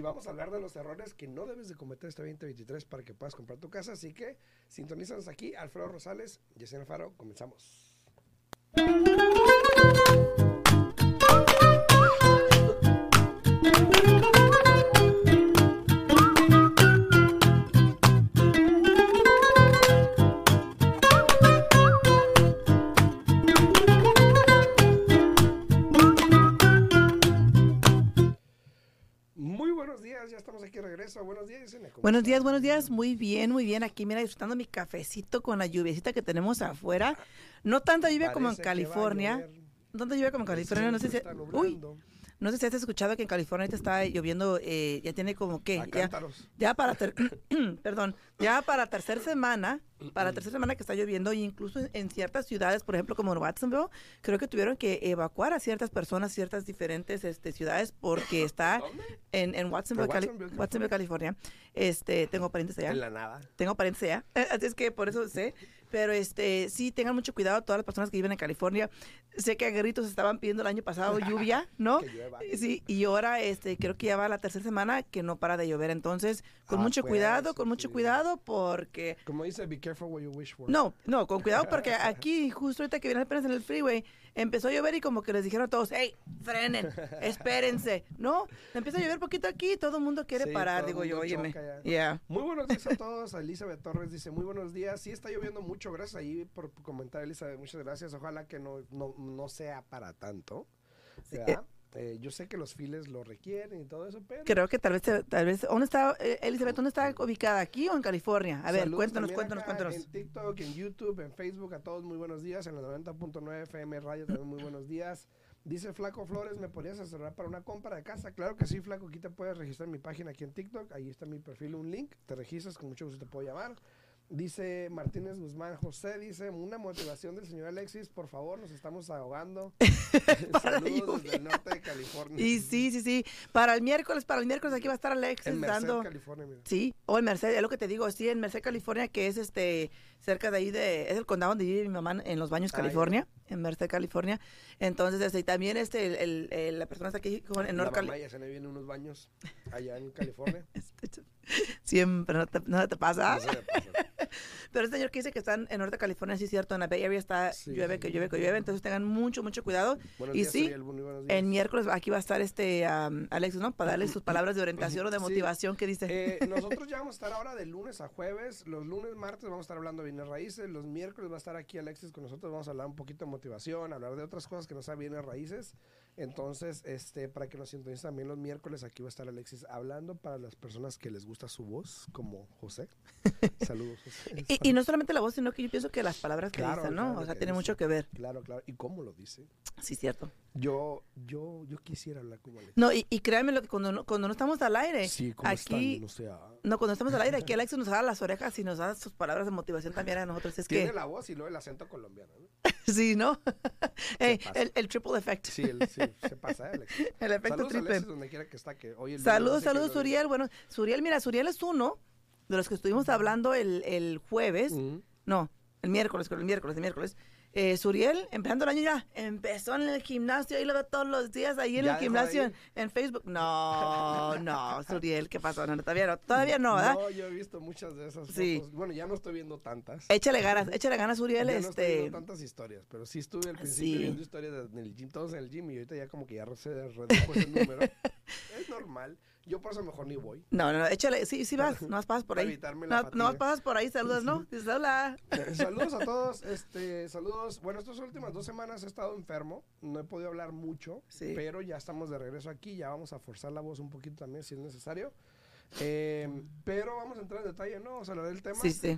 vamos a hablar de los errores que no debes de cometer este 2023 para que puedas comprar tu casa. Así que sintonízanos aquí, Alfredo Rosales, Yesenia Alfaro, comenzamos. Ya estamos aquí de regreso. Buenos días, Yesenia. Buenos días. Muy bien. Aquí, mira, disfrutando mi cafecito con la lluviecita que tenemos afuera. No tanta lluvia como en California. No tanta lluvia como en California. No sé si... No sé si has escuchado que en California ahorita está lloviendo, ya tiene como que... Ya para tercera semana que está lloviendo, e incluso en ciertas ciudades, por ejemplo, como en Watsonville, creo que tuvieron que evacuar a ciertas personas, ciertas diferentes ciudades, porque está en Watsonville, California. Tengo parientes allá. En la nada. Tengo parientes allá, así es que por eso sé. Pero sí, tengan mucho cuidado todas las personas que viven en California. Sé que a gritos estaban pidiendo el año pasado lluvia, ¿no? Que llueva. Sí, y ahora creo que ya va la tercera semana que no para de llover. Entonces, con mucho cuidado, porque... Como dice, be careful what you wish for. No, con cuidado porque aquí, justo ahorita que viene apenas en el freeway, empezó a llover y como que les dijeron a todos, hey, frenen, espérense, ¿no? Empieza a llover poquito aquí, todo el mundo quiere parar, digo yo, óyeme. Yeah. Muy buenos días a todos. Elizabeth Torres dice, muy buenos días. Sí, está lloviendo mucho. Gracias ahí por comentar, Elizabeth. Muchas gracias. Ojalá que no sea para tanto. ¿Verdad? Yo sé que los files lo requieren y todo eso, pero... Creo que tal vez, ¿dónde está, Elizabeth, dónde está ubicada? ¿Aquí o en California? A ver, cuéntanos. En TikTok, en YouTube, en Facebook, a todos muy buenos días. En la 90.9 FM Radio también muy buenos días. Dice Flaco Flores, ¿me podrías asesorar para una compra de casa? Claro que sí, Flaco, aquí te puedes registrar en mi página aquí en TikTok. Ahí está mi perfil, un link. Te registras, con mucho gusto te puedo llamar. Dice Martínez Guzmán José, dice, una motivación del señor Alexis, por favor, nos estamos ahogando. Saludos desde el norte de California. Y sí, para el miércoles aquí va a estar Alexis en Merced, California, mira. Sí, o en Merced, es lo que te digo, sí, en Merced, California, que es cerca de ahí es el condado donde vive mi mamá en Los Baños, California, en Merced, California. Entonces, y también la persona está aquí en North California. Se le vienen unos baños allá en California. Siempre, ¿no te pasa? No se me pasa. Pero este señor que dice que están en Norte de California, sí es cierto, en la Bay Area está llueve, entonces tengan mucho cuidado. Buenos y días, sí, Ariel, buenos días. el miércoles aquí va a estar Alexis, ¿no? Para darle sus palabras de orientación o de motivación que dice. Nosotros ya vamos a estar ahora de lunes a jueves, los lunes, martes vamos a estar hablando de bienes raíces, los miércoles va a estar aquí Alexis con nosotros, vamos a hablar un poquito de motivación, hablar de otras cosas que no sean bienes raíces. Entonces, para que nos sintonicen también los miércoles, aquí va a estar Alexis hablando para las personas que les gusta su voz, como José. Saludos, José. Y no solamente la voz, sino que yo pienso que las palabras que dicen, ¿no? O sea, tiene mucho que ver. Claro. ¿Y cómo lo dice? Sí, cierto. Yo quisiera hablar como Alexis. No, y créanme, cuando no estamos al aire, sí, ¿cómo aquí, están? O sea... No, cuando estamos al aire, aquí Alexis nos da las orejas y nos da sus palabras de motivación también a nosotros. Tiene la voz y luego el acento colombiano, ¿no? Sí, ¿no? El triple effect. Sí, se pasa, Alexis. El efecto saludos triple. Alexis, donde quiera que está. Que hoy saludos, Suriel. Bueno, Suriel es uno de los que estuvimos hablando el jueves. No, el miércoles. Suriel, empezando el año ya, empezó en el gimnasio, ahí lo veo todos los días, ahí en el gimnasio, en Facebook. No, Suriel, ¿qué pasó? No, todavía no, ¿verdad? No, yo he visto muchas de esas fotos. Bueno, ya no estoy viendo tantas. Échale ganas, Suriel. Ya no estoy viendo tantas historias, pero sí estuve al principio viendo historias en el gym, todos en el gym, y ahorita ya como que ya se redujo ese número. Es normal. Yo por eso mejor ni voy. No, échale, sí vas, no pasas por ahí. No pasas por ahí, saludas, ¿no? Dices, hola. Saludos a todos, saludos. Bueno, estas últimas 2 semanas he estado enfermo, no he podido hablar mucho, pero ya estamos de regreso aquí, ya vamos a forzar la voz un poquito también si es necesario. Pero vamos a entrar en detalle, ¿no? Vamos a hablar del tema. Sí.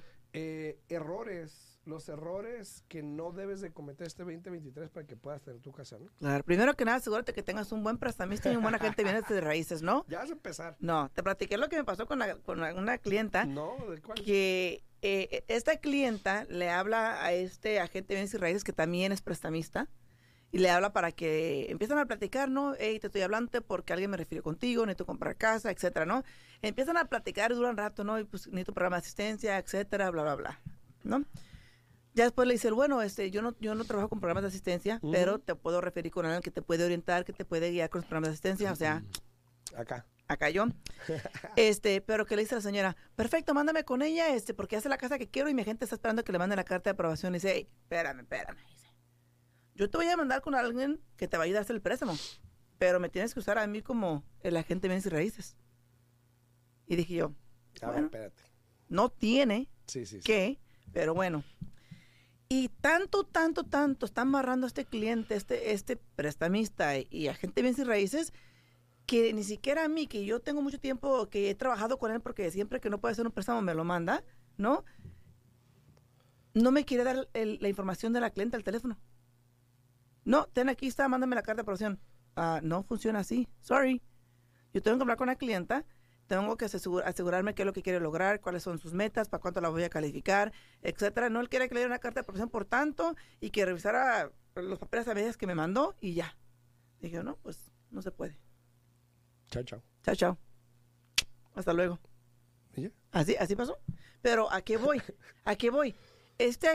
Los errores que no debes de cometer este 2023 para que puedas tener tu casa, ¿no? Claro, primero que nada, asegúrate que tengas un buen prestamista y un buen agente bienes de raíces, ¿no? Ya vas a empezar. No, te platiqué lo que me pasó con una clienta. No, ¿de cuál? Que esta clienta le habla a este agente bienes y raíces que también es prestamista. Y le habla para que empiezan a platicar, ¿no? Hey, te estoy hablando porque alguien me refirió contigo, necesito comprar casa, etcétera, ¿no? Empiezan a platicar, dura un rato, ¿no? Y pues necesito programa de asistencia, etcétera, bla, bla, bla, ¿no? Ya después le dice, bueno, yo no trabajo con programas de asistencia, pero te puedo referir con alguien que te puede orientar, que te puede guiar con los programas de asistencia, o sea... Acá. acá yo, pero que le dice a la señora, perfecto, mándame con ella, porque hace la casa que quiero y mi agente está esperando que le mande la carta de aprobación. Y dice, hey, espérame, dice, yo te voy a mandar con alguien que te va a ayudar a hacer el préstamo, pero me tienes que usar a mí como el agente de bienes y raíces. Y dije yo, bueno, espérate. no tiene Sí. que, pero bueno. Y tanto está amarrando a este cliente, este prestamista y agente de bienes y raíces, que ni siquiera a mí, que yo tengo mucho tiempo que he trabajado con él, porque siempre que no puede hacer un préstamo me lo manda, ¿no? No me quiere dar la información de la cliente al teléfono. No, aquí está, mándame la carta de aprobación. No funciona así, sorry. Yo tengo que hablar con la clienta, tengo que asegurarme qué es lo que quiere lograr, cuáles son sus metas, para cuánto la voy a calificar, etcétera. No él quiere que le dé una carta de aprobación por tanto y que revisara los papeles a medias que me mandó y ya. Dije, no, pues no se puede. Chao. Hasta luego. ¿Y ya? Así pasó. Pero ¿a qué voy? Este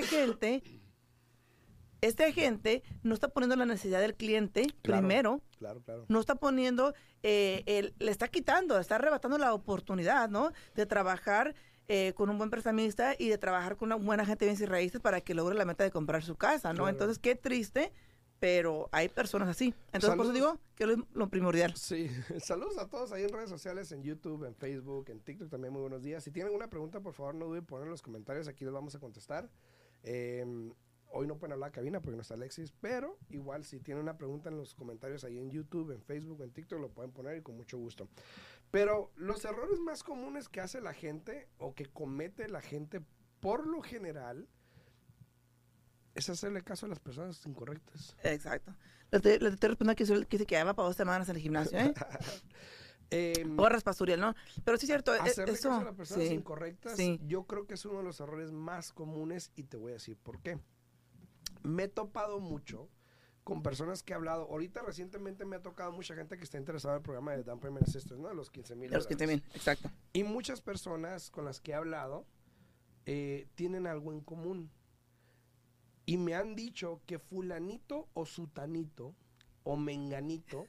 agente no está poniendo la necesidad del cliente primero. Claro. No está poniendo, le está arrebatando la oportunidad, ¿no? De trabajar con un buen prestamista y de trabajar con una buena agente de bienes y raíces para que logre la meta de comprar su casa, ¿no? Claro. Entonces, qué triste, pero hay personas así. Entonces, por eso digo que es lo primordial. Sí, saludos a todos ahí en redes sociales, en YouTube, en Facebook, en TikTok también, muy buenos días. Si tienen alguna pregunta, por favor, no duden en poner en los comentarios, aquí les vamos a contestar. Hoy no pueden hablar a cabina porque no está Alexis, pero igual si tienen una pregunta en los comentarios ahí en YouTube, en Facebook, en TikTok, lo pueden poner y con mucho gusto. Pero los errores más comunes que hace la gente o que comete la gente por lo general es hacerle caso a las personas incorrectas. Exacto. Le estoy respondiendo que dice que ya va para 2 semanas en el gimnasio, Porras Pasturiel, ¿no? Pero sí es cierto. Hacerle eso, caso a las personas sí, incorrectas, sí. yo creo que es uno de los errores más comunes y te voy a decir por qué. Me he topado mucho con personas que he hablado. Ahorita recientemente me ha tocado mucha gente que está interesada en el programa de Down Payment Assistance, ¿no? De los $15,000. De los $15,000, exacto. Y muchas personas con las que he hablado tienen algo en común. Y me han dicho que fulanito o sutanito o menganito,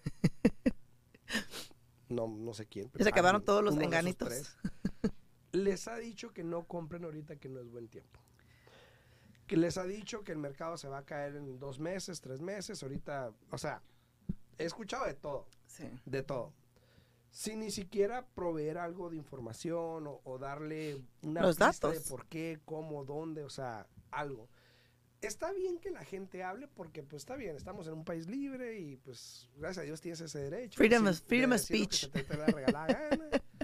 no sé quién. Pero se acabaron todos los enganitos. Les ha dicho que no compren ahorita, que no es buen tiempo. Que les ha dicho que el mercado se va a caer en 2 meses, 3 meses. Ahorita, o sea, he escuchado de todo. Sí. De todo. Sin ni siquiera proveer algo de información o darle una los pista datos de por qué, cómo, dónde, o sea, algo. Está bien que la gente hable porque, pues, está bien, estamos en un país libre y, pues, gracias a Dios tienes ese derecho. Freedom of speech. Que te la regalada gana.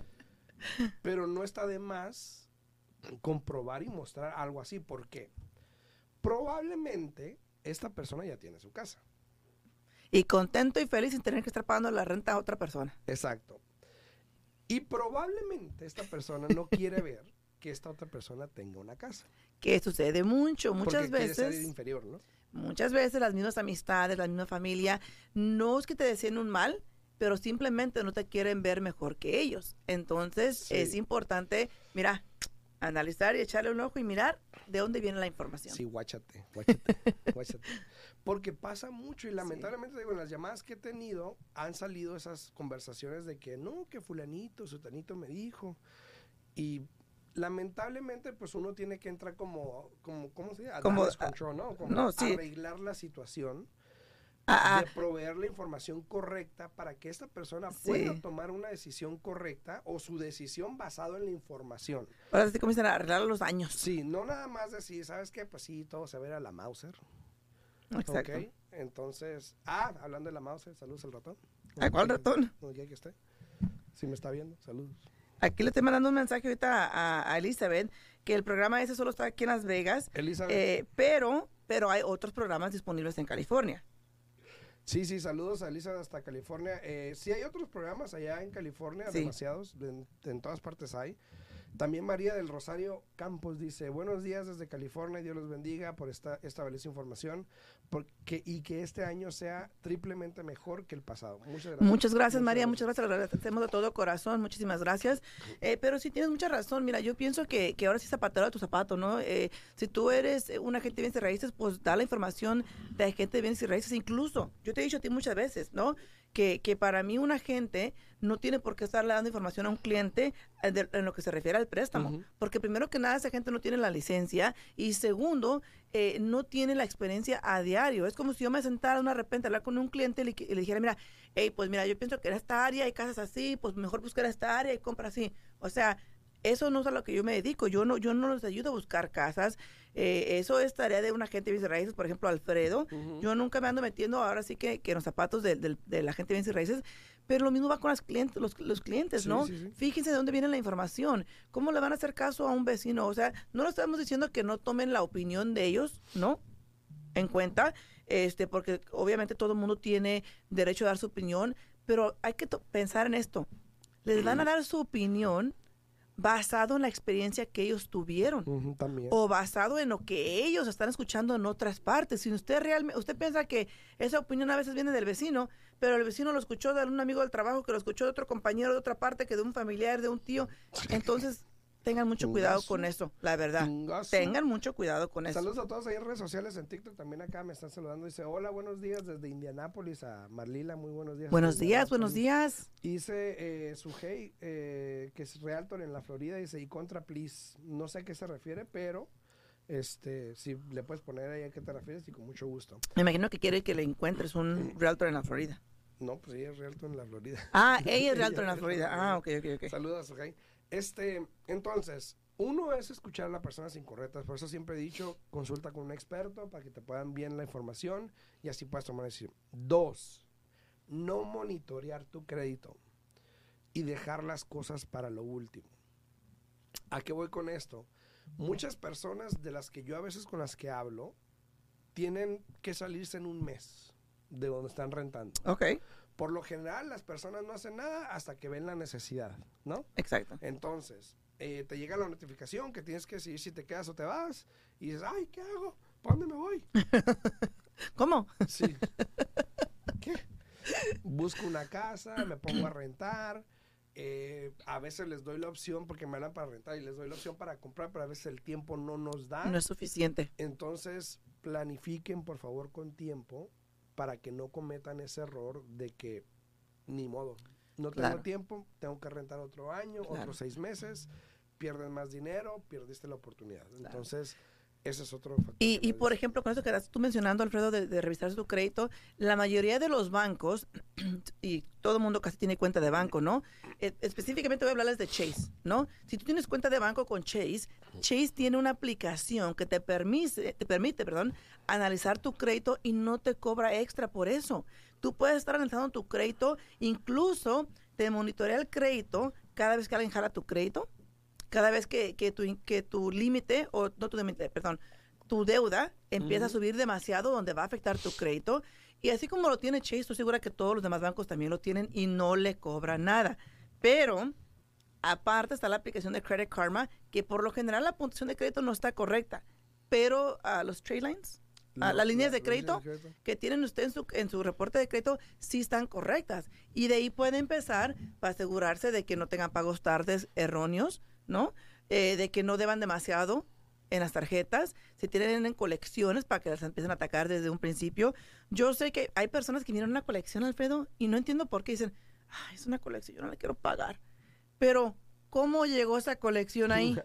Pero no está de más comprobar y mostrar algo así. ¿Por qué? Probablemente esta persona ya tiene su casa. Y contento y feliz sin tener que estar pagando la renta a otra persona. Exacto. Y probablemente esta persona no quiere ver que esta otra persona tenga una casa. Que sucede muchas porque veces. Quiere ser inferior, ¿no? Muchas veces las mismas amistades, la misma familia, no es que te deseen un mal, pero simplemente no te quieren ver mejor que ellos. Entonces, sí, es importante, mira, analizar y echarle un ojo y mirar de dónde viene la información. Sí, guáchate. Porque pasa mucho y lamentablemente, digo, en las llamadas que he tenido han salido esas conversaciones de que no, que fulanito, sutanito me dijo. Y lamentablemente, pues uno tiene que entrar como ¿cómo se dice? Damage control, ¿no? Como arreglar la situación. De proveer la información correcta para que esta persona pueda tomar una decisión correcta o su decisión basado en la información. Ahora sí comienzan a arreglar los daños. Sí, no nada más decir, ¿sabes qué? Pues sí, todo se ve a la Mauser. Exacto. Okay. Entonces, hablando de la Mauser, saludos al ratón. ¿A cuál ratón? Donde que esté. Si me está viendo, saludos. Aquí le estoy mandando un mensaje ahorita a Elizabeth, que el programa ese solo está aquí en Las Vegas. Elizabeth. Pero hay otros programas disponibles en California. Sí, saludos a Elizabeth hasta California. Sí hay otros programas allá en California, demasiados, en todas partes hay. También María del Rosario Campos dice, buenos días desde California, Dios los bendiga por esta valiosa información. y que este año sea triplemente mejor que el pasado. Muchas gracias, María, muchas gracias, lo agradecemos de todo corazón, muchísimas gracias. Pero sí tienes mucha razón, mira, yo pienso que ahora sí zapatero a tu zapato, ¿no? Si tú eres un agente de bienes y raíces, pues da la información de agente de bienes y raíces. Incluso, yo te he dicho a ti muchas veces, ¿no? Que para mí un agente no tiene por qué estarle dando información a un cliente en lo que se refiere al préstamo. Porque primero que nada, ese agente no tiene la licencia y segundo, no tiene la experiencia a diario. Es como si yo me sentara de repente a hablar con un cliente y le dijera, mira, hey, pues mira, yo pienso que en esta área hay casas así, pues mejor buscar esta área y compra así. O sea, eso no es a lo que yo me dedico. Yo no les ayudo a buscar casas. Eso es tarea de un agente de bienes y raíces, por ejemplo, Alfredo. Yo nunca me ando metiendo ahora sí que en los zapatos del agente de bienes y raíces, pero lo mismo va con los clientes, sí, ¿no? Sí. Fíjense de dónde viene la información. ¿Cómo le van a hacer caso a un vecino? O sea, no lo estamos diciendo que no tomen la opinión de ellos, ¿no? En cuenta, porque obviamente todo el mundo tiene derecho a dar su opinión, pero hay que pensar en esto. Les van a dar su opinión basado en la experiencia que ellos tuvieron También. o basado en lo que ellos están escuchando en otras partes. Si usted piensa que esa opinión a veces viene del vecino, pero el vecino lo escuchó de un amigo del trabajo, que lo escuchó de otro compañero de otra parte, que de un familiar, de un tío, entonces tengan mucho cuidado con eso, la verdad. Tengan mucho cuidado con eso. Saludos a todos ahí en redes sociales, en TikTok también acá me están saludando. Dice, hola, buenos días desde Indianápolis a Marlila, muy buenos días. Buenos días. Dice Sujei, que es realtor en la Florida, dice, y contra please, no sé a qué se refiere, pero si le puedes poner ahí a qué te refieres y con mucho gusto. Me imagino que quiere que le encuentres un realtor en la Florida. No, pues ella es realtor en la Florida. Ah, ella es realtor en la Florida. Ah, ok. Saludos, Sujei. Entonces, uno es escuchar a las personas incorrectas, por eso siempre he dicho, consulta con un experto para que te puedan bien la información y así puedas tomar decisión. 2, no monitorear tu crédito y dejar las cosas para lo último. ¿A qué voy con esto? Muchas personas de las que yo a veces con las que hablo tienen que salirse en un mes de donde están rentando. Ok. Por lo general, las personas no hacen nada hasta que ven la necesidad, ¿no? Exacto. Entonces, te llega la notificación que tienes que decidir si te quedas o te vas. Y dices, ay, ¿qué hago? ¿Para dónde me voy? ¿Cómo? Sí. ¿Qué? Busco una casa, me pongo a rentar. A veces les doy la opción, porque me hablan para rentar, y les doy la opción para comprar, pero a veces el tiempo no nos da. No es suficiente. Entonces, planifiquen, por favor, con tiempo, para que no cometan ese error de que ni modo, no tengo tiempo, tengo que rentar otro año, otros 6 meses, pierden más dinero, perdiste la oportunidad. Entonces, ese es otro factor. Y por ejemplo, con eso que estás tú mencionando, Alfredo, de revisar tu crédito, la mayoría de los bancos, y todo el mundo casi tiene cuenta de banco, ¿no? Específicamente voy a hablarles de Chase, ¿no? Si tú tienes cuenta de banco con Chase, Chase tiene una aplicación que te permite, analizar tu crédito y no te cobra extra por eso. Tú puedes estar analizando tu crédito, incluso te monitorea el crédito cada vez que alguien jala tu crédito, cada vez que tu límite, o no tu límite, perdón, tu deuda empieza a subir demasiado, donde va a afectar tu crédito. Y así como lo tiene Chase, estoy segura que todos los demás bancos también lo tienen y no le cobran nada. Pero aparte está la aplicación de Credit Karma, que por lo general la puntuación de crédito no está correcta, pero los trade lines, las líneas de crédito que tienen usted en su reporte de crédito sí están correctas. Y de ahí puede empezar para asegurarse de que no tengan pagos tardes erróneos, ¿no? De que no deban demasiado en las tarjetas, si tienen en colecciones para que las empiecen a atacar desde un principio. Yo sé que hay personas que miran una colección, Alfredo, y no entiendo por qué dicen, es una colección, yo no la quiero pagar. Pero, ¿cómo llegó esa colección ahí?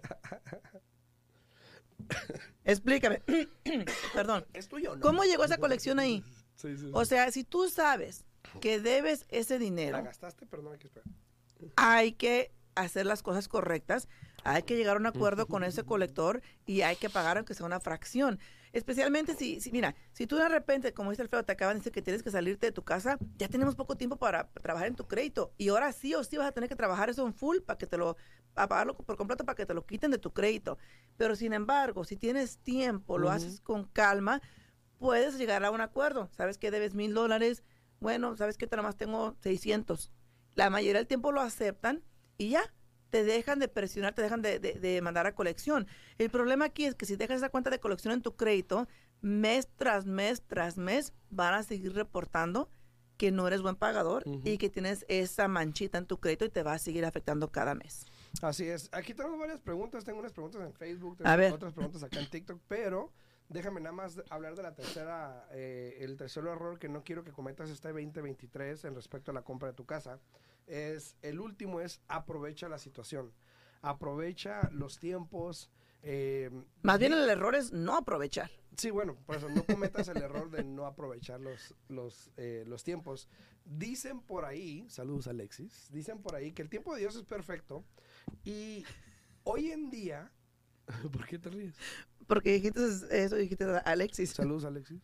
Explícame. Perdón. ¿Es tuyo o no? ¿Cómo llegó esa colección ahí? Sí. O sea, si tú sabes que debes ese dinero, La gastaste, pero no hay que esperar. hay que hacer las cosas correctas, hay que llegar a un acuerdo con ese colector y hay que pagar aunque sea una fracción. Especialmente si tú de repente, como dice Alfredo, te acaban de decir que tienes que salirte de tu casa, ya tenemos poco tiempo para trabajar en tu crédito y ahora sí o sí vas a tener que trabajar eso en full para que a pagarlo por completo para que te lo quiten de tu crédito. Pero sin embargo, si tienes tiempo, lo haces con calma, puedes llegar a un acuerdo. ¿Sabes que debes $1,000? Bueno, ¿sabes que nada más tengo 600? La mayoría del tiempo lo aceptan y ya, te dejan de presionar, te dejan de mandar a colección. El problema aquí es que si dejas esa cuenta de colección en tu crédito, mes tras mes tras mes van a seguir reportando que no eres buen pagador y que tienes esa manchita en tu crédito y te va a seguir afectando cada mes. Así es. Aquí tenemos varias preguntas. Tengo unas preguntas en Facebook, A ver. otras preguntas acá en TikTok, pero déjame nada más hablar de la tercera, el tercer error que no quiero que cometas este 2023 en respecto a la compra de tu casa. El último es aprovecha la situación. Aprovecha los tiempos. Más bien el error es no aprovechar. Sí, bueno, por eso no cometas el error de no aprovechar los tiempos. Dicen por ahí, saludos Alexis, dicen por ahí que el tiempo de Dios es perfecto y hoy en día, ¿por qué te ríes? Porque dijiste a Alexis. Saludos Alexis.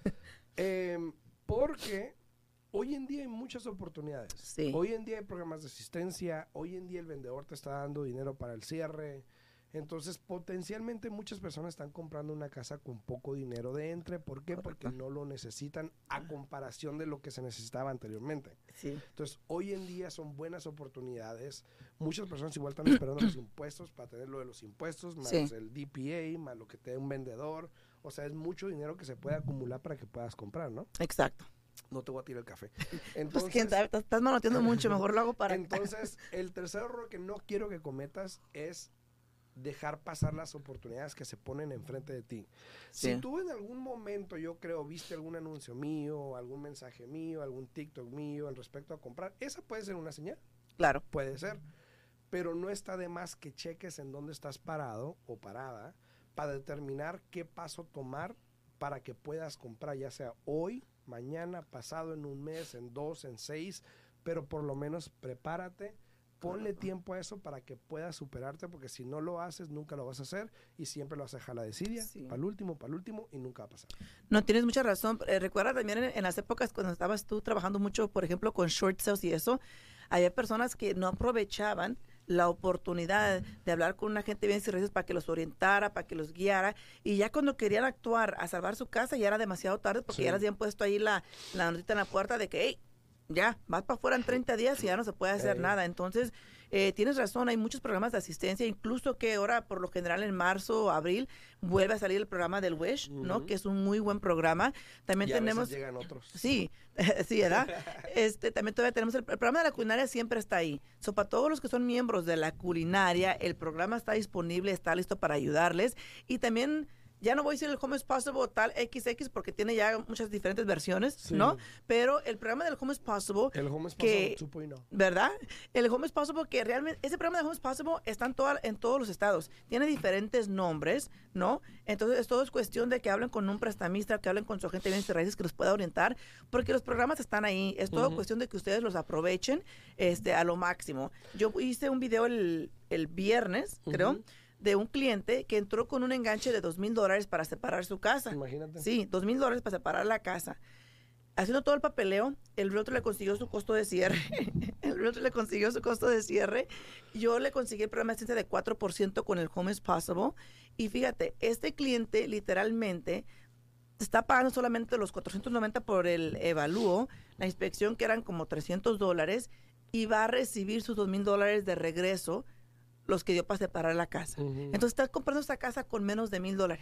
Porque hoy en día hay muchas oportunidades. Sí. Hoy en día hay programas de asistencia, hoy en día el vendedor te está dando dinero para el cierre. Entonces, potencialmente muchas personas están comprando una casa con poco dinero de entre. ¿Por qué? Correcto. Porque no lo necesitan a comparación de lo que se necesitaba anteriormente. Sí. Entonces, hoy en día son buenas oportunidades. Muchas personas igual están esperando los impuestos para tener lo de los impuestos, más Sí. el DPA, más lo que te dé un vendedor. O sea, es mucho dinero que se puede acumular para que puedas comprar, ¿no? Exacto. No te voy a tirar el café. Pues Entonces, quién sabe, estás manoteando mucho, mejor lo hago para... entonces, el tercer error que no quiero que cometas es dejar pasar las oportunidades que se ponen enfrente de ti. Sí. Si tú en algún momento, yo creo, viste algún anuncio mío, algún mensaje mío, algún TikTok mío en respecto a comprar, esa puede ser una señal, Claro. puede ser, pero no está de más que cheques en dónde estás parado o parada para determinar qué paso tomar para que puedas comprar, ya sea hoy, mañana, pasado, en un mes, en 2, en 6, pero por lo menos prepárate. Ponle tiempo a eso para que puedas superarte, porque si no lo haces, nunca lo vas a hacer y siempre lo vas a dejar la desidia, Sí. para el último y nunca va a pasar. No, tienes mucha razón. Recuerda también en las épocas cuando estabas tú trabajando mucho, por ejemplo, con short sales y eso, había personas que no aprovechaban la oportunidad de hablar con un agente de bienes y raíces para que los orientara, para que los guiara, y ya cuando querían actuar a salvar su casa ya era demasiado tarde porque Sí. ya les habían puesto ahí la notita en la puerta de que, hey, ya, vas para afuera en 30 días y ya no se puede hacer nada. Entonces, tienes razón, hay muchos programas de asistencia, incluso que ahora, por lo general, en marzo o abril, vuelve a salir el programa del WISH, ¿no? Que es un muy buen programa. También Y a tenemos... veces llegan otros. Sí, sí, ¿verdad? También todavía tenemos el programa de la culinaria, siempre está ahí. So, para todos los que son miembros de la culinaria, el programa está disponible, está listo para ayudarles. Y también, ya no voy a decir el Home is Possible tal XX porque tiene ya muchas diferentes versiones, Sí. ¿no? Pero el programa del Home is Possible, El Home is que- Possible 2.0. ¿verdad? El Home is Possible, que realmente, ese programa de Home is Possible está en todos los estados. Tiene diferentes nombres, ¿no? Entonces, todo es cuestión de que hablen con un prestamista, que hablen con su agente de bienes y raíces que los pueda orientar, porque los programas están ahí. Es todo cuestión de que ustedes los aprovechen a lo máximo. Yo hice un video el viernes, creo, de un cliente que entró con un enganche de $2,000 para separar su casa. Imagínate. Sí, $2,000 para separar la casa. Haciendo todo el papeleo, el realtor le consiguió su costo de cierre. El realtor le consiguió su costo de cierre. Yo le conseguí el programa de asistencia de 4% con el Home is Possible. Y fíjate, este cliente literalmente está pagando solamente los $490 por el evalúo, la inspección que eran como $300, y va a recibir sus $2,000 de regreso, los que dio para separar la casa. Entonces está comprando esta casa con menos de $1,000.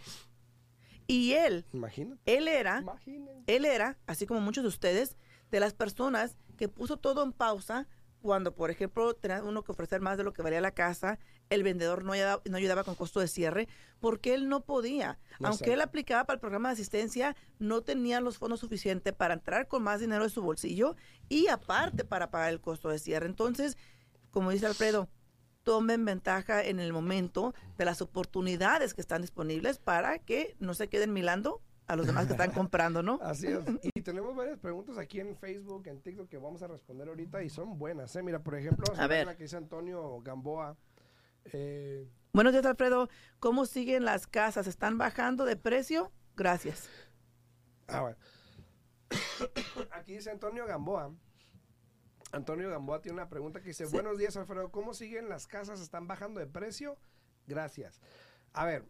Y Imagínate. él era, Imagínate. así como muchos de ustedes, de las personas que puso todo en pausa cuando, por ejemplo, tenía uno que ofrecer más de lo que valía la casa, el vendedor no ayudaba con costo de cierre, porque él no podía. Aunque él aplicaba para el programa de asistencia, no tenía los fondos suficientes para entrar con más dinero de su bolsillo y aparte para pagar el costo de cierre. Entonces, como dice Alfredo, tomen ventaja en el momento de las oportunidades que están disponibles para que no se queden milando a los demás que están comprando, ¿no? Así es. Y tenemos varias preguntas aquí en Facebook, en TikTok, que vamos a responder ahorita y son buenas, ¿eh? Mira, por ejemplo, A ver. la que dice Antonio Gamboa. Buenos días, Alfredo. ¿Cómo siguen las casas? ¿Están bajando de precio? Gracias. Bueno. Aquí dice Antonio Gamboa. Antonio Gamboa tiene una pregunta que dice, Sí. buenos días, Alfredo, ¿cómo siguen las casas? ¿Están bajando de precio? Gracias. A ver,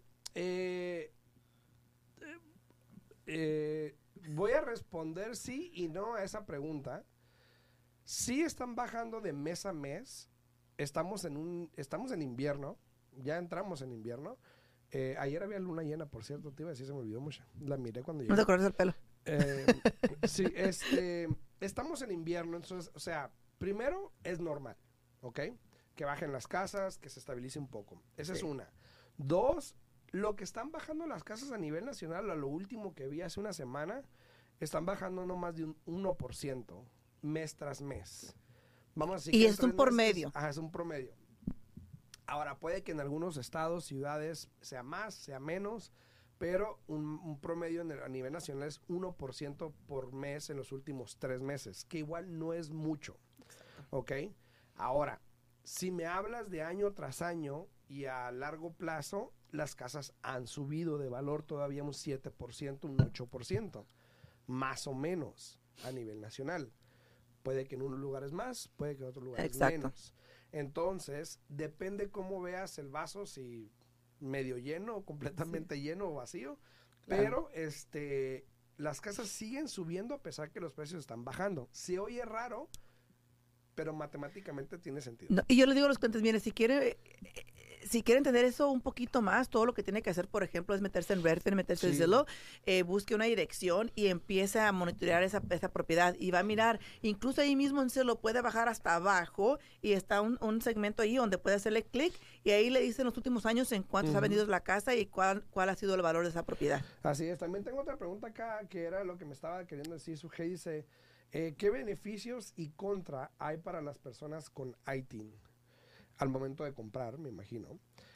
voy a responder sí y no a esa pregunta. Sí están bajando de mes a mes. Estamos en invierno, ya entramos en invierno, Ayer había luna llena, por cierto, te iba a decir, se me olvidó mucho. La miré cuando No te cortes el pelo. Sí, estamos en invierno, entonces, o sea, primero es normal, ¿ok? Que bajen las casas, que se estabilice un poco. Esa es una. Dos, lo que están bajando las casas a nivel nacional, a lo último que vi hace una semana, están bajando no más de un 1% mes tras mes. Vamos a decir y que es un promedio. Es un promedio. Ahora, puede que en algunos estados, ciudades, sea más, sea menos, pero un promedio a nivel nacional es 1% por mes en los últimos 3 meses, que igual no es mucho, ¿ok? Ahora, si me hablas de año tras año y a largo plazo, las casas han subido de valor todavía un 7%, un 8%, más o menos a nivel nacional. Puede que en unos lugares más, puede que en otros lugares menos. Entonces, depende cómo veas el vaso, si medio lleno o completamente lleno o vacío, pero las casas siguen subiendo a pesar que los precios están bajando. Se oye raro, pero matemáticamente tiene sentido. No, y yo les digo a los clientes, miren, si quiere entender eso un poquito más, todo lo que tiene que hacer, por ejemplo, es meterse en Redfin, meterse en Zillow, busque una dirección y empiece a monitorear esa propiedad y va a mirar, incluso ahí mismo en Zillow puede bajar hasta abajo y está un segmento ahí donde puede hacerle clic y ahí le dicen los últimos años en cuánto se ha vendido la casa y cuál ha sido el valor de esa propiedad. Así es. También tengo otra pregunta acá que era lo que me estaba queriendo decir. Sujei dice, ¿qué beneficios y contra hay para las personas con ITIN? Al momento de comprar, me imagino.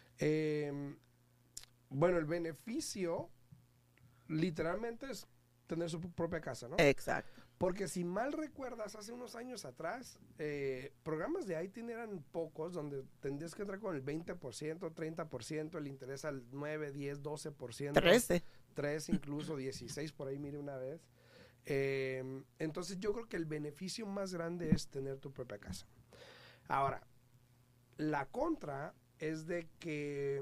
Bueno, el beneficio literalmente es tener su propia casa, ¿no? Exacto. Porque si mal recuerdas, hace unos años atrás, programas de ITIN eran pocos, donde tendrías que entrar con el 20%, 30%, el interés al 9, 10, 12%. 13. 3, incluso 16, por ahí mire una vez. Entonces yo creo que el beneficio más grande es tener tu propia casa. Ahora, la contra es de que,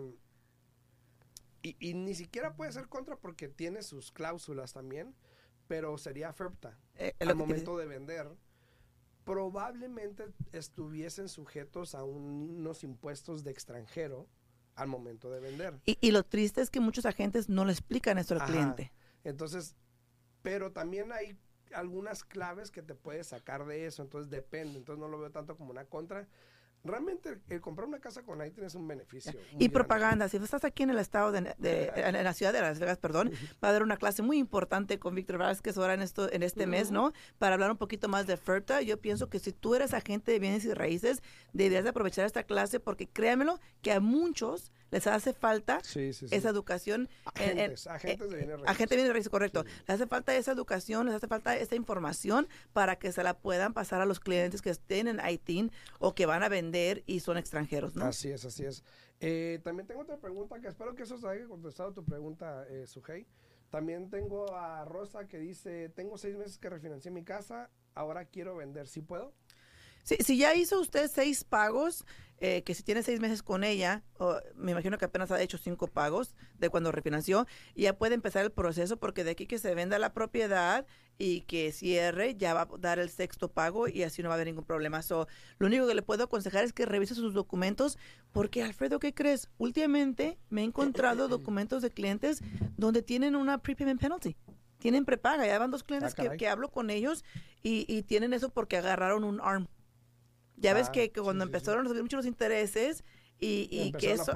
y ni siquiera puede ser contra porque tiene sus cláusulas también, pero sería FERPTA al momento de vender. Probablemente estuviesen sujetos a unos impuestos de extranjero al momento de vender. Y lo triste es que muchos agentes no le explican eso al cliente. Entonces, pero también hay algunas claves que te puedes sacar de eso, entonces depende, entonces no lo veo tanto como una contra. Realmente el comprar una casa con ITIN es un beneficio. Y propaganda, si estás aquí en el estado en la ciudad de Las Vegas, perdón, va a haber una clase muy importante con Víctor Vázquez ahora en este mes, ¿no? Para hablar un poquito más de FERPTA. Yo pienso que si tú eres agente de bienes y raíces, deberías de aprovechar esta clase porque créanmelo que a muchos les hace falta esa educación. Agentes de bienes raíces. Agentes de bienes raíces, correcto. Les hace falta esa educación, les hace falta esa información para que se la puedan pasar a los clientes que estén en ITIN o que van a vender y son extranjeros, ¿no? Así es, así es. También tengo otra pregunta que espero que eso se haya contestado tu pregunta, Sujei. También tengo a Rosa que dice, tengo 6 meses que refinancié mi casa, ahora quiero vender, ¿sí puedo? Sí, si ya hizo usted 6 pagos, que si tiene 6 meses con ella, me imagino que apenas ha hecho 5 pagos de cuando refinanció, y ya puede empezar el proceso porque de aquí que se venda la propiedad y que cierre, ya va a dar el 6º pago y así no va a haber ningún problema. Lo único que le puedo aconsejar es que revise sus documentos porque, Alfredo, ¿qué crees? Últimamente me he encontrado documentos de clientes donde tienen una prepayment penalty. Tienen prepaga. Ya van 2 clientes que hablo con ellos y tienen eso porque agarraron un ARM. Ya ves que cuando empezaron a subir mucho los intereses y que eso...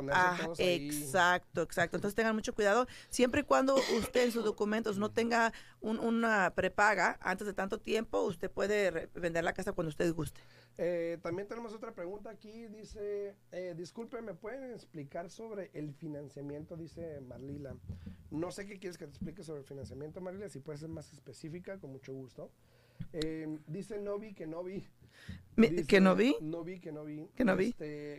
exacto. Entonces tengan mucho cuidado. Siempre y cuando usted en sus documentos no tenga una prepaga antes de tanto tiempo, usted puede vender la casa cuando usted guste. También tenemos otra pregunta aquí. Dice, disculpe, ¿me pueden explicar sobre el financiamiento? Dice Marlila. No sé qué quieres que te explique sobre el financiamiento, Marlila. Si puedes ser más específica, con mucho gusto. Dice Novi que no vi. ¿Que no vi? No vi, que no vi. ¿Que no vi?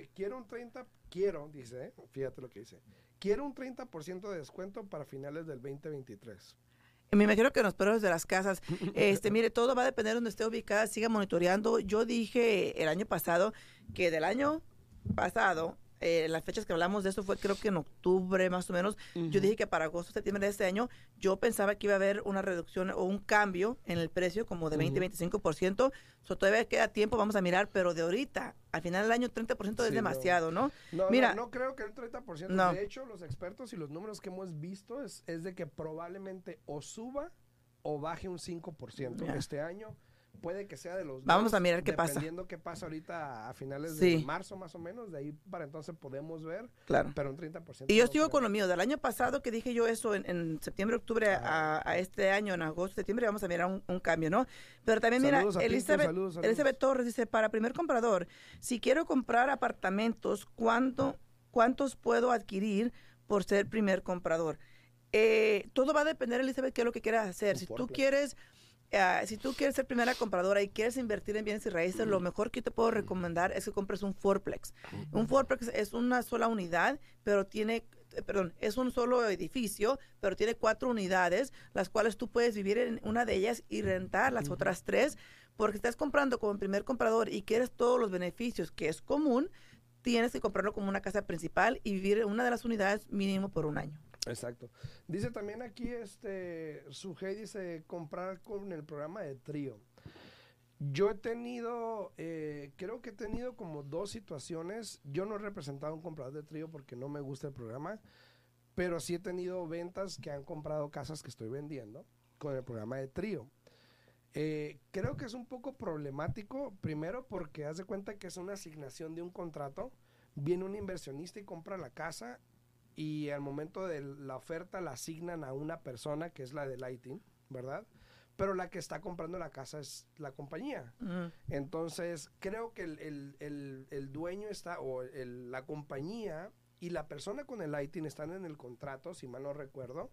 Dice, fíjate lo que dice. Quiero un 30% de descuento para finales del 2023. Me imagino que en los precios de las casas, mire, todo va a depender de donde esté ubicada, siga monitoreando. Yo dije el año pasado que del año pasado las fechas que hablamos de eso fue creo que en octubre más o menos. Yo dije que para agosto, septiembre de este año, yo pensaba que iba a haber una reducción o un cambio en el precio como de 20-25%. Todavía queda tiempo, vamos a mirar, pero de ahorita, al final del año, 30% es demasiado, ¿no? Mira, no creo que el 30%. No. De hecho, los expertos y los números que hemos visto es de que probablemente o suba o baje un 5% este año. Puede que sea de los Vamos dos, a mirar qué pasa. Dependiendo qué pasa ahorita a finales de marzo más o menos, de ahí para entonces podemos ver, pero un 30%. Y yo sigo con lo mío, del año pasado que dije yo eso en septiembre, octubre a este año, en agosto, septiembre, vamos a mirar un cambio, ¿no? Pero también saludos mira, Elizabeth Torres dice, para primer comprador, si quiero comprar apartamentos, ¿cuántos puedo adquirir por ser primer comprador? Todo va a depender, Elizabeth, qué es lo que quieras hacer. Si tú quieres ser primera compradora y quieres invertir en bienes y raíces, lo mejor que te puedo recomendar es que compres un fourplex. Un fourplex es una sola unidad, pero es un solo edificio, pero tiene 4 unidades, las cuales tú puedes vivir en una de ellas y rentar las otras 3, porque si estás comprando como primer comprador y quieres todos los beneficios que es común, tienes que comprarlo como una casa principal y vivir en una de las unidades mínimo por un año. Exacto. Dice también aquí, Sujei dice, comprar con el programa de Trío. Yo he tenido, creo que he tenido como 2 situaciones. Yo no he representado a un comprador de Trío porque no me gusta el programa, pero sí he tenido ventas que han comprado casas que estoy vendiendo con el programa de Trío. Creo que es un poco problemático, primero porque haz de cuenta que es una asignación de un contrato. Viene un inversionista y compra la casa, y al momento de la oferta la asignan a una persona que es la de Lighting, ¿verdad? Pero la que está comprando la casa es la compañía. Entonces, creo que el dueño está, o la compañía y la persona con el Lighting están en el contrato, si mal no recuerdo.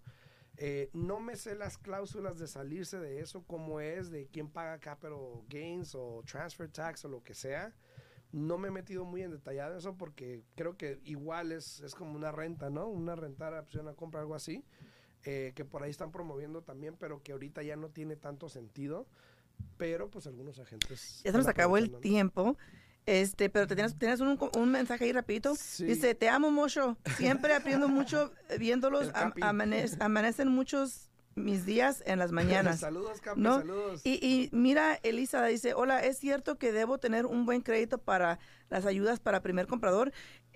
No me sé las cláusulas de salirse de eso, cómo es, de quién paga capital gains o transfer tax o lo que sea. No me he metido muy en detallado en eso porque creo que igual es como una renta, ¿no? Una rentar opción a compra, algo así, que por ahí están promoviendo también, pero que ahorita ya no tiene tanto sentido. Pero pues algunos agentes... Ya se nos acabó el tiempo, pero tienes un mensaje ahí rapidito. Sí. Dice, te amo mucho, siempre aprendo mucho viéndolos, amanecen muchos mis días en las mañanas. Saludos, Capi, ¿no? saludos. Y mira, Elisa dice, hola, ¿es cierto que debo tener un buen crédito para las ayudas para primer comprador?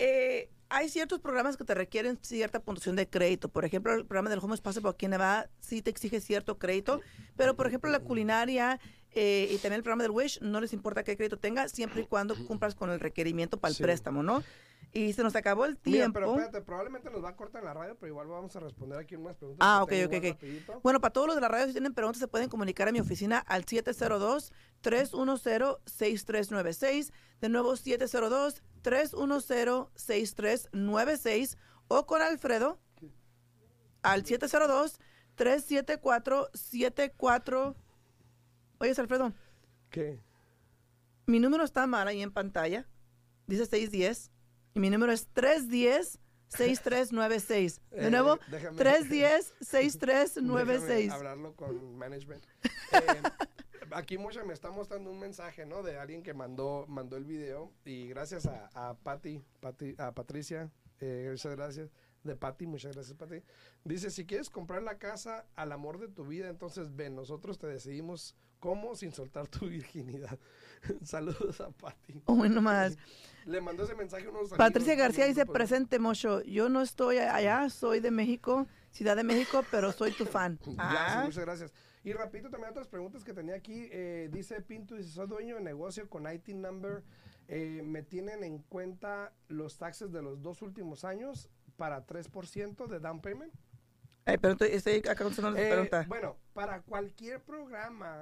Hay ciertos programas que te requieren cierta puntuación de crédito. Por ejemplo, el programa del Home Espacio aquí en Nevada sí te exige cierto crédito, pero por ejemplo la culinaria y también el programa del Wish no les importa qué crédito tenga, siempre y cuando cumplas con el requerimiento para el préstamo, ¿no? Y se nos acabó el tiempo. Mira, pero espérate, probablemente nos va a cortar en la radio, pero igual vamos a responder aquí unas preguntas. Ok. Bueno, para todos los de la radio, si tienen preguntas, se pueden comunicar a mi oficina al 702-310-6396. De nuevo, 702-310-6396. O con Alfredo al 702-374-74... Oye, Alfredo. ¿Qué? Mi número está mal ahí en pantalla. Dice 610. Y mi número es 310-6396. De nuevo, 310-6396. Déjame hablarlo con management. Aquí Moshe me está mostrando un mensaje, ¿no? De alguien que mandó el video. Y gracias a Patricia. Muchas gracias. De Pati, muchas gracias, Pati. Dice, si quieres comprar la casa al amor de tu vida, entonces ven, nosotros te decidimos cómo sin soltar tu virginidad. Saludos a Pati. Bueno, más. Le mandó ese mensaje a unos Patricia García dice, presente, Mocho. Yo no estoy allá, soy de México, Ciudad de México, pero soy tu fan. Gracias, muchas gracias. Y repito también otras preguntas que tenía aquí. Dice Pinto, dice, soy dueño de negocio con IT number. Me tienen en cuenta los taxes de los 2 últimos años para 3% de down payment. Pero estoy acá contestando la pregunta. Bueno, para cualquier programa,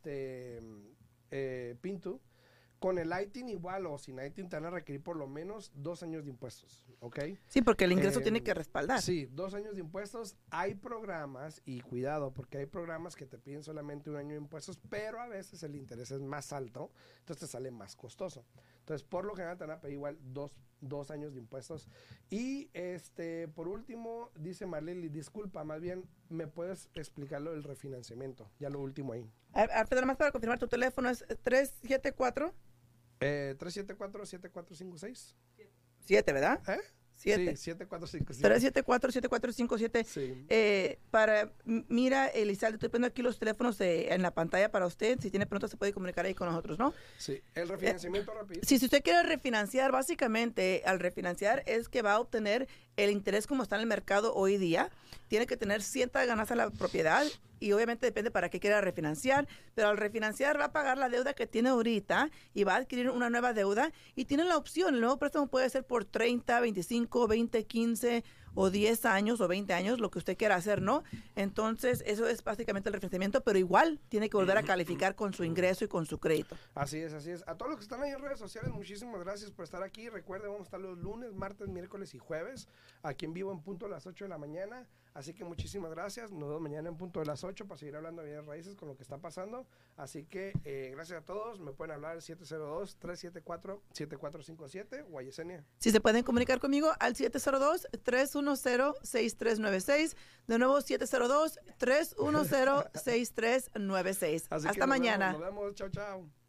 Pinto, con el ITIN igual o sin ITIN te van a requerir por lo menos 2 años de impuestos, ¿ok? Sí, porque el ingreso tiene que respaldar. Sí, 2 años de impuestos. Hay programas, y cuidado, porque hay programas que te piden solamente 1 año de impuestos, pero a veces el interés es más alto, entonces te sale más costoso. Entonces, por lo general te van a pedir igual 2 años de impuestos. Y por último, dice Marlene, disculpa, más bien, ¿me puedes explicar lo del refinanciamiento? Ya lo último ahí. Pedro, más para confirmar, tu teléfono es 374 374-7456. 7, ¿verdad? 7. Sí, 7457. 374-7457. Sí. Mira, Elizalde, estoy poniendo aquí los teléfonos en la pantalla para usted. Si tiene preguntas, se puede comunicar ahí con nosotros, ¿no? Sí. El refinanciamiento rápido. Si usted quiere refinanciar, básicamente, al refinanciar es que va a obtener el interés como está en el mercado hoy día. Tiene que tener cierta ganancia en la propiedad y obviamente depende para qué quiera refinanciar, pero al refinanciar va a pagar la deuda que tiene ahorita y va a adquirir una nueva deuda y tiene la opción, el nuevo préstamo puede ser por 30, 25, 20, 15 o 10 años o 20 años, lo que usted quiera hacer, ¿no? Entonces, eso es básicamente el refinanciamiento, pero igual tiene que volver a calificar con su ingreso y con su crédito. Así es, así es. A todos los que están ahí en redes sociales, muchísimas gracias por estar aquí. Recuerden, vamos a estar los lunes, martes, miércoles y jueves, aquí en vivo en punto a las 8 de la mañana. Así que muchísimas gracias. Nos vemos mañana en punto de las 8 para seguir hablando de bienes raíces con lo que está pasando. Así que gracias a todos. Me pueden hablar al 702-374-7457 o a Yesenia. Si se pueden comunicar conmigo al 702-310-6396. De nuevo, 702-310-6396. Hasta mañana. Nos vemos. Chao, chao.